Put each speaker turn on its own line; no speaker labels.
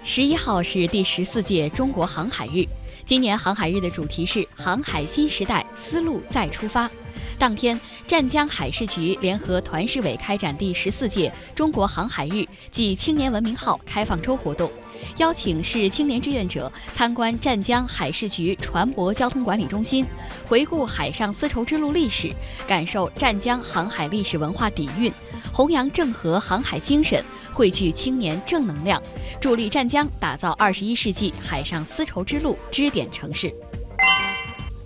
11号是第14届中国航海日，今年航海日的主题是航海新时代，丝路再出发。当天，湛江海事局联合团市委开展第14届中国航海日暨青年文明号开放周活动，邀请市青年志愿者参观湛江海事局船舶交通管理中心，回顾海上丝绸之路历史，感受湛江航海历史文化底蕴，弘扬郑和航海精神，汇聚青年正能量，助力湛江打造21世纪海上丝绸之路支点城市。